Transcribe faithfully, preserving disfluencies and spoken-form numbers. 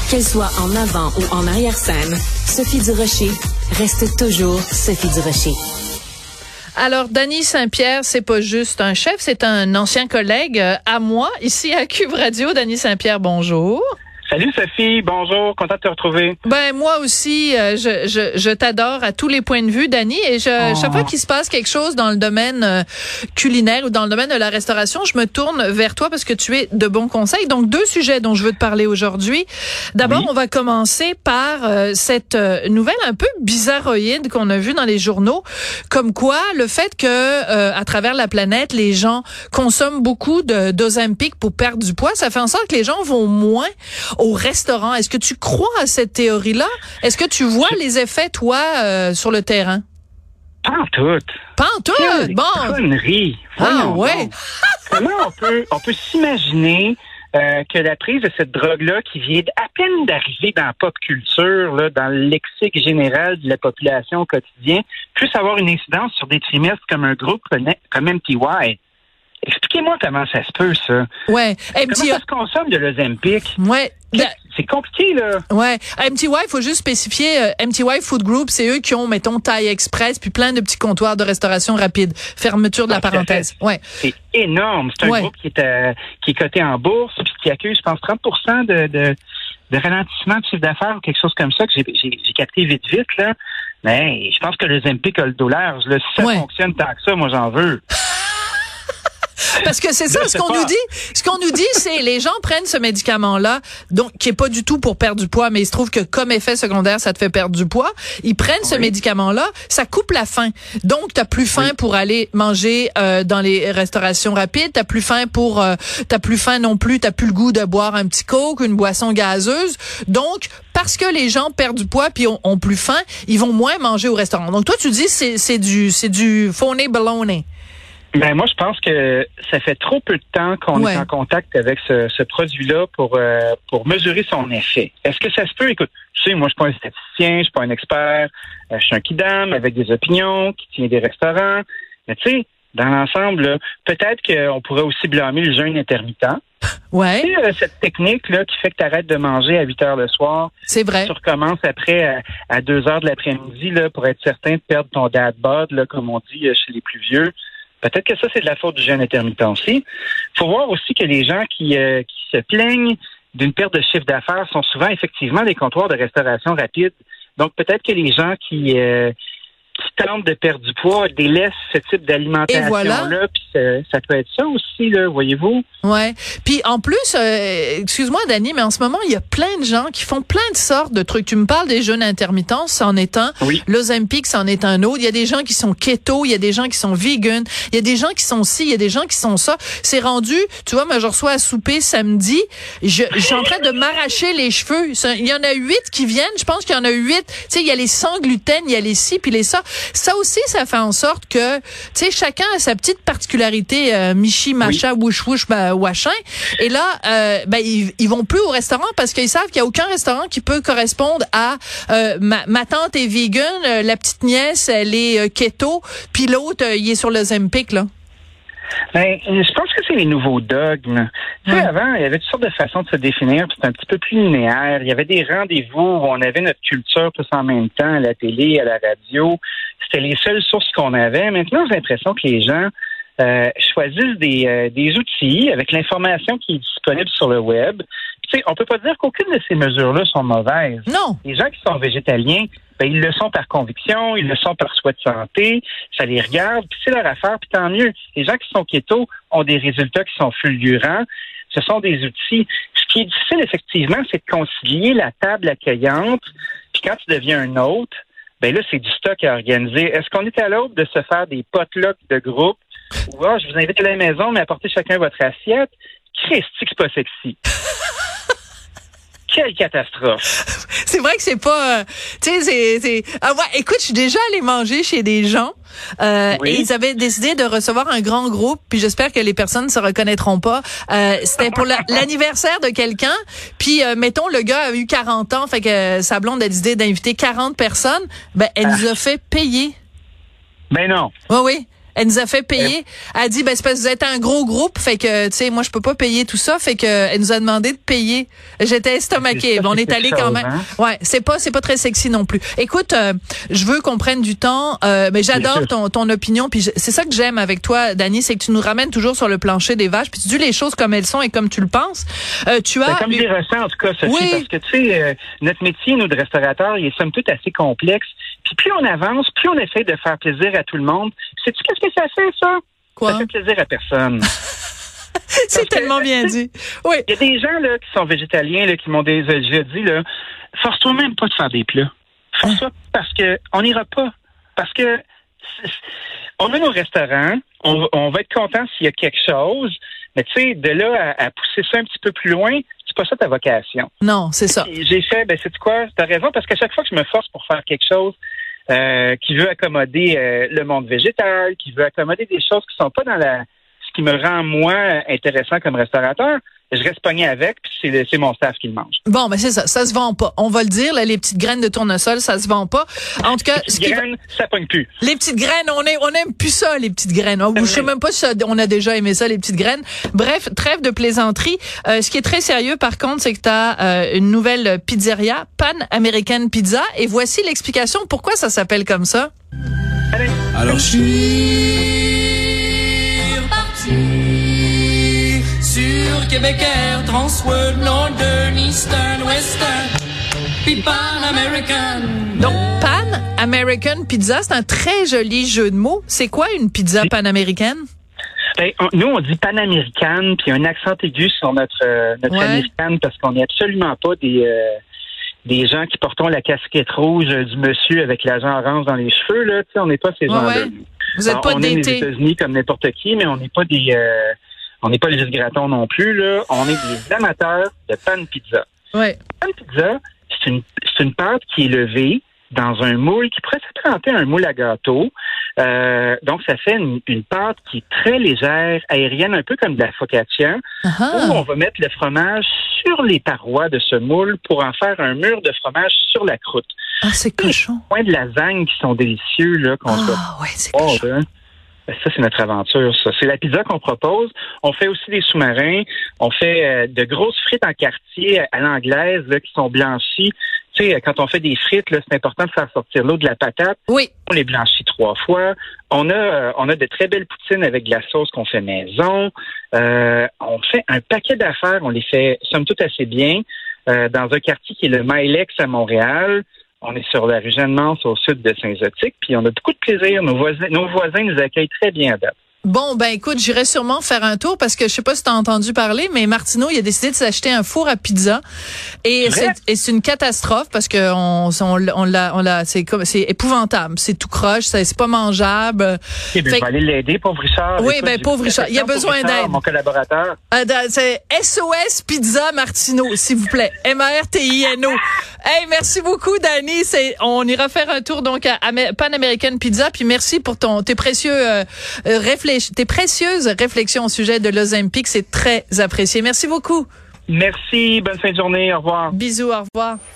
Qu'elle soit en avant ou en arrière-scène, Sophie Durocher reste toujours Sophie Durocher. Alors, Danny Saint-Pierre, c'est pas juste un chef, c'est un ancien collègue à moi, ici à Cube Radio. Danny Saint-Pierre, bonjour. Salut Sophie, bonjour, content de te retrouver. Ben moi aussi, euh, je, je, je t'adore à tous les points de vue, Danny, et je, oh. chaque fois qu'il se passe quelque chose dans le domaine euh, culinaire ou dans le domaine de la restauration, je me tourne vers toi parce que tu es de bons conseils. Donc deux sujets dont je veux te parler aujourd'hui. D'abord, oui. on va commencer par euh, cette euh, nouvelle un peu bizarroïde qu'on a vue dans les journaux, comme quoi le fait que euh, à travers la planète, les gens consomment beaucoup de d'Ozempic pour perdre du poids, ça fait en sorte que les gens vont moins au restaurant. Est-ce que tu crois à cette théorie-là? Est-ce que tu vois les effets, toi, euh, sur le terrain? Pas en tout. Pas en tout? Quelle bon. connerie. Ah, ouais. Comment on peut, on peut s'imaginer euh, que la prise de cette drogue-là, qui vient à peine d'arriver dans la pop culture, là, dans le lexique général de la population au quotidien, puisse avoir une incidence sur des trimestres comme un groupe comme M T Y? Expliquez-moi comment ça se peut, ça. Ouais. M T Y... Comment ça se consomme de l'Ozempic? Ouais. C'est compliqué, là. Ouais. M T Y, il faut juste spécifier, euh, M T Y Food Group, c'est eux qui ont, mettons, Taille Express, puis plein de petits comptoirs de restauration rapide. Fermeture de la parenthèse. Ouais. C'est énorme. C'est un ouais. groupe qui est, euh, qui est coté en bourse, puis qui accueille, je pense, trente pour cent de, de, de ralentissement de chiffre d'affaires ou quelque chose comme ça que j'ai, j'ai, j'ai capté vite, vite, là. Mais je pense que le Zempic a le dos large. Là. Si ça ouais. fonctionne tant que ça, moi, j'en veux. Parce que c'est ça, ce qu'on pas. nous dit. Ce qu'on nous dit, c'est les gens prennent ce médicament-là, donc qui est pas du tout pour perdre du poids, mais il se trouve que comme effet secondaire, ça te fait perdre du poids. Ils prennent oui. ce médicament-là, ça coupe la faim. Donc, t'as plus faim oui. pour aller manger euh, dans les restaurations rapides. T'as plus faim pour, euh, t'as plus faim non plus. T'as plus le goût de boire un petit coke, une boisson gazeuse. Donc, parce que les gens perdent du poids puis ont, ont plus faim, ils vont moins manger au restaurant. Donc, toi, tu dis c'est c'est du c'est du phony baloney. Ben moi, je pense que ça fait trop peu de temps qu'on ouais. est en contact avec ce, ce produit-là pour euh, pour mesurer son effet. Est-ce que ça se peut? Écoute, tu sais, moi, je suis pas un statisticien, je suis pas un expert, euh, je suis un kidam avec des opinions, qui tient des restaurants. Mais tu sais, dans l'ensemble, là, peut-être qu'on pourrait aussi blâmer le jeûne intermittent. Ouais. Tu sais, euh, cette technique-là qui fait que tu arrêtes de manger à huit heures le soir. C'est vrai. Tu recommences après à, à deux heures de l'après-midi là, pour être certain de perdre ton dad bod, là, comme on dit chez les plus vieux. Peut-être que ça, c'est de la faute du jeûne intermittent aussi. Il faut voir aussi que les gens qui, euh, qui se plaignent d'une perte de chiffre d'affaires sont souvent effectivement des comptoirs de restauration rapide. Donc, peut-être que les gens qui, euh, qui tentent de perdre du poids délaissent ce type d'alimentation-là. Et voilà. Puis ça, ça peut être ça aussi, là, voyez-vous. Ouais. Puis en plus, euh, excuse-moi, Dani, mais en ce moment, il y a plein de gens qui font plein de sortes de trucs. Tu me parles des jeûnes intermittents, c'en est un. Oui. L'Ozempic, c'en est un autre. Il y a des gens qui sont keto, il y a des gens qui sont vegan, il y a des gens qui sont ci, il y a des gens qui sont ça. C'est rendu, tu vois, moi, je reçois à souper samedi, je, je suis en train de m'arracher les cheveux. Il y en a huit qui viennent, je pense qu'il y en a huit. Tu sais, il y a les sans gluten, il y a les ci, puis les ça. Ça aussi, ça fait en sorte que, tu sais, chacun a sa petite particularité, euh, michi, macha, oui. wouch, wouch, bah, wachin. Et là, euh, ben ils, ils vont plus au restaurant parce qu'ils savent qu'il y a aucun restaurant qui peut correspondre à euh, ma, ma tante est vegan, euh, la petite nièce elle est euh, keto, puis l'autre euh, il est sur le Zempic là. Ben, je pense que c'est les nouveaux dogmes. Tu sais, avant, il y avait toutes sortes de façons de se définir, puis c'était un petit peu plus linéaire. Il y avait des rendez-vous où on avait notre culture tous en même temps, à la télé, à la radio. C'était les seules sources qu'on avait. Maintenant, j'ai l'impression que les gens euh, choisissent des, euh, des outils avec l'information qui est disponible sur le web. Tu sais, on peut pas dire qu'aucune de ces mesures-là sont mauvaises. Non. Les gens qui sont végétaliens, ben, ils le sont par conviction, ils le sont par souhait de santé, ça les regarde, puis c'est leur affaire, puis tant mieux. Les gens qui sont keto ont des résultats qui sont fulgurants. Ce sont des outils. Ce qui est difficile, effectivement, c'est de concilier la table accueillante, puis quand tu deviens un hôte, ben là, c'est du stock à organiser. Est-ce qu'on est à l'aube de se faire des potlucks de groupe ou ah, je vous invite à la maison, mais apportez chacun votre assiette? Christy, c'est pas sexy. Quelle catastrophe. C'est vrai que c'est pas, euh, tu sais, c'est, c'est, ah ouais, écoute, je suis déjà allée manger chez des gens, euh, oui. et ils avaient décidé de recevoir un grand groupe, puis j'espère que les personnes ne se reconnaîtront pas. Euh, c'était pour la, l'anniversaire de quelqu'un, puis euh, mettons, le gars a eu quarante ans, fait que euh, sa blonde a décidé d'inviter quarante personnes, ben, elle ah. nous a fait payer. Ben non. Oui, oui. Elle nous a fait payer. Elle a dit, ben, c'est parce que vous êtes un gros groupe, fait que, tu sais, moi, je peux pas payer tout ça, fait que, elle nous a demandé de payer. J'étais estomaquée. Ça, on est allé quand même. Hein? Ouais, c'est pas, c'est pas très sexy non plus. Écoute, euh, je veux qu'on prenne du temps, euh, mais j'adore ton, ton opinion, puis c'est ça que j'aime avec toi, Dany, c'est que tu nous ramènes toujours sur le plancher des vaches, puis tu dis les choses comme elles sont et comme tu le penses. Euh, tu as. Ben, comme des ressens, en tout cas, Sophie, oui. parce que, tu sais, euh, notre métier, nous, de restaurateur, il est somme toute assez complexe. Puis plus on avance, plus on essaie de faire plaisir à tout le monde. Sais-tu qu'est-ce que ça fait, ça? Quoi? Ça fait plaisir à personne. C'est Parce tellement que, bien dit. Oui. Il y a des gens là qui sont végétaliens, là, qui m'ont déjà dit, là, force-toi même pas de faire des plats. Force-toi parce que on n'ira pas. Parce que on a nos restaurants, on, on va être content s'il y a quelque chose, mais tu sais, de là à, à pousser ça un petit peu plus loin, c'est pas ça ta vocation. Non, c'est ça. Et j'ai fait, ben c'est quoi, t'as raison, parce qu'à chaque fois que je me force pour faire quelque chose euh, qui veut accommoder euh, le monde végétal, qui veut accommoder des choses qui sont pas dans la ce qui me rend moi intéressant comme restaurateur, je reste pogné avec, puis c'est, le, c'est mon staff qui le mange. Bon, ben c'est ça, ça se vend pas. On va le dire, là, les petites graines de tournesol, ça se vend pas. En tout cas, les ce petites qui graines, va... ça pogne plus. Les petites graines, on est, on aime plus ça, les petites graines. Je sais même pas si ça, on a déjà aimé ça, les petites graines. Bref, trêve de plaisanterie. Euh, ce qui est très sérieux, par contre, c'est que tu as euh, une nouvelle pizzeria, Pan American Pizza, et voici l'explication pourquoi ça s'appelle comme ça. Allez. Alors je suis reparti sur Québec Air, Transworld, Northern, Eastern, Western, puis Pan American. Donc, Pan American Pizza, c'est un très joli jeu de mots. C'est quoi une pizza panaméricaine? Ben, on, nous, on dit panaméricaine, puis un accent aigu sur notre, euh, notre Ouais. américaine, parce qu'on n'est absolument pas des, euh, des gens qui portons la casquette rouge du monsieur avec l'agent orange dans les cheveux. Là. Tu sais, on n'est pas ces Ouais, gens-là. ouais. Vous êtes pas on aime les d'été. États-Unis comme n'importe qui, mais on n'est pas des... Euh, on n'est pas les gratons non plus. Là. On est des amateurs de pan pizza. Ouais. Pan pizza, c'est une, c'est une pâte qui est levée dans un moule qui pourrait s'apparenter à un moule à gâteau. Euh, donc, ça fait une, une pâte qui est très légère, aérienne, un peu comme de la focaccia, Uh-huh. où on va mettre le fromage sur les parois de ce moule pour en faire un mur de fromage sur la croûte. Ah, c'est cochon. Les points de lasagne qui sont délicieux, là, qu'on se Ah, ouais, c'est Oh, cochon. ben, ça, c'est notre aventure, ça. C'est la pizza qu'on propose. On fait aussi des sous-marins. On fait euh, de grosses frites en quartier à l'anglaise, là, qui sont blanchies. Tu sais, quand on fait des frites, là, c'est important de faire sortir l'eau de la patate. Oui. On les blanchit trois fois. On a, euh, on a de très belles poutines avec de la sauce qu'on fait maison. Euh, on fait un paquet d'affaires. On les fait, somme toute, assez bien. Euh, dans un quartier qui est le Milex à Montréal. On est sur la rue Jeanne-Mance au sud de Saint-Zotique, puis on a beaucoup de plaisir. Nos voisins, nos voisins nous accueillent très bien à date. Bon, ben écoute, j'irai sûrement faire un tour parce que je sais pas si tu as entendu parler, mais Martineau, il a décidé de s'acheter un four à pizza et Vrai? c'est, et c'est une catastrophe parce que on, on, on l'a, on l'a, c'est comme, c'est épouvantable, c'est tout croche, c'est, c'est pas mangeable. Eh bien, Fait je vais aller l'aider, pauvre Richard. Oui, Écoute, ben, j'ai pauvre beaucoup Richard. Il a d'affection besoin pour Richard, d'aide. Mon collaborateur. Euh, dans- c'est S O S Pizza Martineau, s'il vous plaît. M A R T I N O. Hey, merci beaucoup, Dany. C'est, on ira faire un tour donc à Am- Pan American Pizza. Puis merci pour ton tes précieux euh, euh, réfléch- tes précieuses réflexions au sujet de l'Ozempic. C'est très apprécié. Merci beaucoup. Merci. Bonne fin de journée. Au revoir. Bisous. Au revoir.